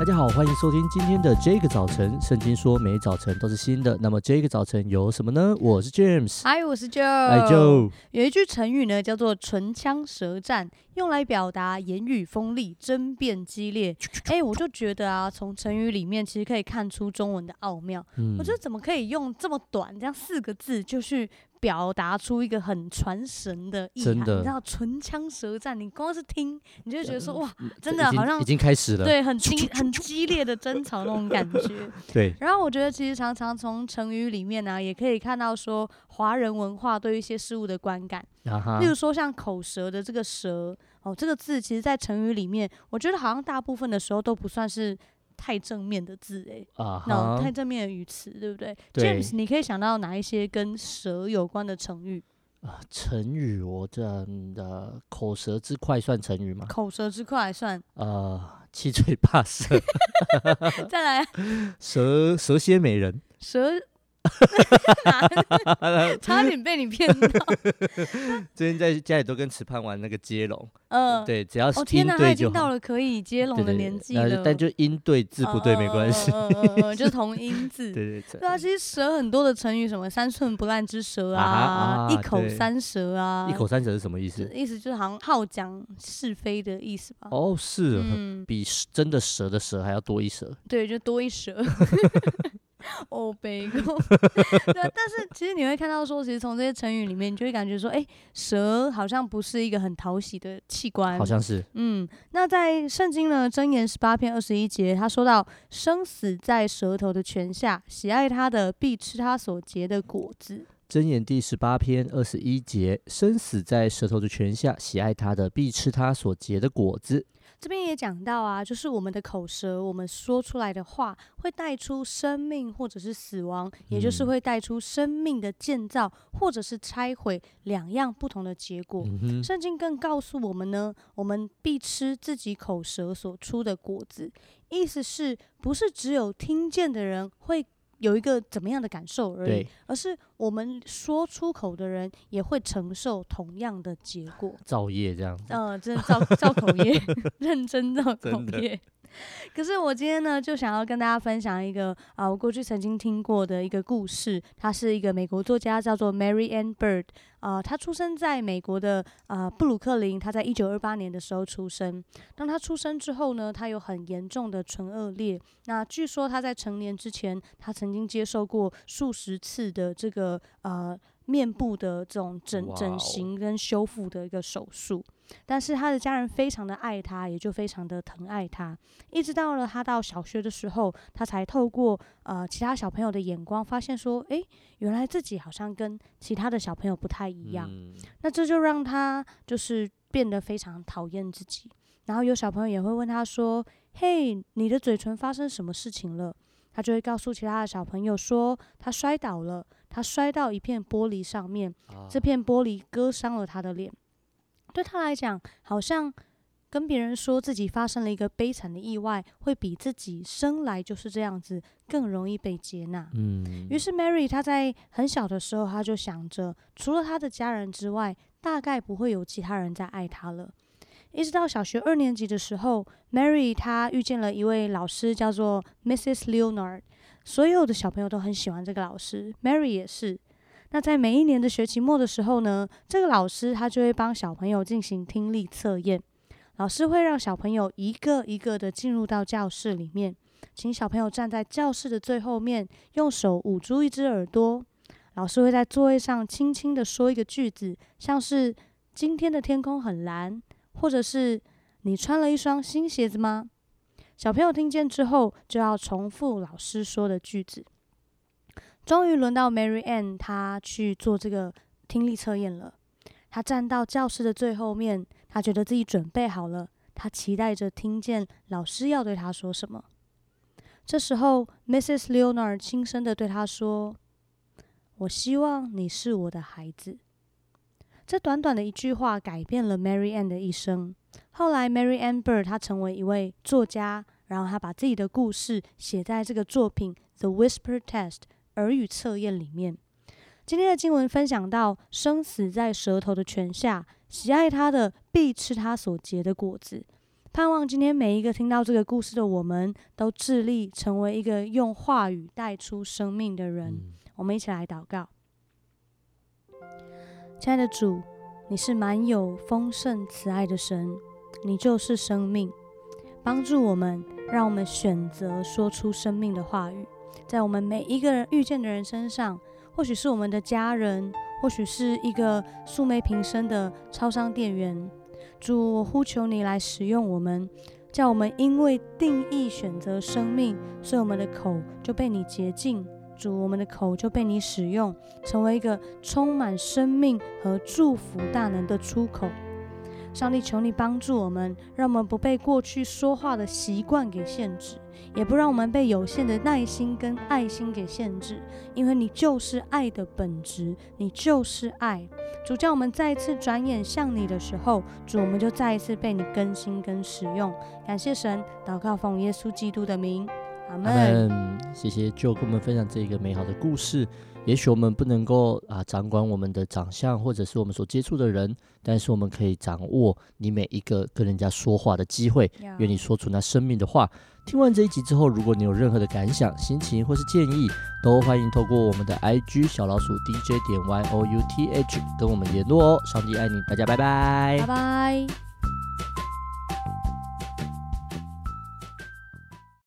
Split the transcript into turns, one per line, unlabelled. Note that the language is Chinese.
大家好，欢迎收听今天的这个早晨。圣经说每早晨都是新的，那么这个早晨有什么呢？我是 James，
嗨，我是
Joe。
有一句成语呢，叫做唇枪舌战，用来表达言语锋利、争辩激烈。我就觉得啊，从成语里面其实可以看出中文的奥妙。我觉得怎么可以用这么短，这样4个字就去表达出一个很传神的意涵？你知道唇枪舌战，你光是听你就觉得说哇，真的好像
已经开始了，
对，很激烈的争吵那种感觉。
对。
然后我觉得其实常常从成语里面呢、也可以看到说华人文化对于一些事物的观感。例如说像口舌的这个舌这个字，其实在成语里面，我觉得好像大部分的时候都不算是太正面的字太正面的语词，对不对？ James， 你可以想到哪一些跟舌有关的成语？
成语我的口舌之快算成语吗？
口舌之快算
七嘴八舌
再来
蛇蝎美人
舌差点被你骗到。
最近在家里都跟池畔玩那个接龙，对，只要是
天哪，他已经
音对就好，
到了可以接龙的年纪了。
但就音对字不对没关系，
就同音字。对啊，其实舌很多的成语，什么3寸不烂之舌一口三舌啊。
一口三舌是什么意思？
意思就是好像好讲是非的意思吧。
是，比真的蛇的蛇还要多一舌。
对，就多一舌。悲公。对，但是其实你会看到说，其实从这些成语里面，你就会感觉说，舌好像不是一个很讨喜的器官，
好像是。
那在圣经呢，箴言18篇21节，他说到：生死在舌头的泉下，喜爱他的必吃他所结的果子。
箴言第18篇21节，生死在舌头的泉下，喜爱他的必吃他所结的果子。
这边也讲到啊，就是我们的口舌，我们说出来的话会带出生命或者是死亡，也就是会带出生命的建造或者是拆毁2样不同的结果。圣经更告诉我们呢，我们必吃自己口舌所出的果子，意思是不是只有听见的人会有一个怎么样的感受而已，而是我们说出口的人也会承受同样的结果。
造业这样子。
真的造口业，认真造口业。可是我今天呢，就想要跟大家分享一个我过去曾经听过的一个故事。他是一个美国作家，叫做 Mary Ann Bird。他出生在美国的布鲁克林，他在1928年的时候出生。当他出生之后呢，他有很严重的唇腭裂。那据说他在成年之前，他曾经接受过数十次的这个面部的这种整形跟修复的一个手术。但是他的家人非常的爱他，也就非常的疼爱他，一直到了他到小学的时候，他才透过其他小朋友的眼光发现说，原来自己好像跟其他的小朋友不太一样。那这就让他就是变得非常讨厌自己。然后有小朋友也会问他说，嘿，你的嘴唇发生什么事情了？他就会告诉其他的小朋友说，他摔倒了，他摔到一片玻璃上面，这片玻璃割伤了他的脸。对他来讲，好像跟别人说自己发生了一个悲惨的意外，会比自己生来就是这样子更容易被接纳。于是 Mary 她在很小的时候，她就想着，除了她的家人之外，大概不会有其他人再爱她了。一直到小学2年级的时候， Mary 她遇见了一位老师，叫做 Mrs. Leonard。 所有的小朋友都很喜欢这个老师， Mary 也是。那在每一年的学期末的时候呢，这个老师他就会帮小朋友进行听力测验。老师会让小朋友一个一个的进入到教室里面，请小朋友站在教室的最后面，用手捂住一只耳朵。老师会在座位上轻轻的说一个句子，像是今天的天空很蓝，或者是你穿了一双新鞋子吗？小朋友听见之后就要重复老师说的句子。终于轮到 Mary Ann 她去做这个听力测验了。她站到教室的最后面，她觉得自己准备好了，她期待着听见老师要对她说什么。这时候 Mrs. Leonard 轻声地对她说，我希望你是我的孩子。这短短的一句话改变了 Mary Ann 的一生。后来 Mary Ann Bird 她成为一位作家，然后她把自己的故事写在这个作品 The Whisper Test 耳语测验里面。今天的经文分享到，生死在舌头的泉下，喜爱它的必吃它所结的果子。 盼望今天每一个听到这个故事的我们，都致力成为一个用话语带出生命的人。我们一起来祷告。亲爱的主，你是满有丰盛慈爱的神，你就是生命，帮助我们，让我们选择说出生命的话语，在我们每一个人遇见的人身上，或许是我们的家人，或许是一个素昧平生的超商店员。主，我呼求你来使用我们，叫我们因为定义选择生命，所以我们的口就被你洁净。主，我们的口就被你使用，成为一个充满生命和祝福大能的出口。上帝，求你帮助我们，让我们不被过去说话的习惯给限制，也不让我们被有限的耐心跟爱心给限制，因为你就是爱的本质，你就是爱。主，叫我们再一次转眼向你的时候，主，我们就再一次被你更新跟使用。感谢神，祷告奉耶稣基督的名，阿们。
谢谢就跟我们分享这个美好的故事。也许我们不能够掌管我们的长相，或者是我们所接触的人，但是我们可以掌握你每一个跟人家说话的机会，愿你说出那生命的话。听完这一集之后，如果你有任何的感想、心情或是建议，都欢迎透过我们的 IG 小老鼠 DJ.YOUTH 跟我们联络哦。上帝爱你，大家拜拜，
拜拜。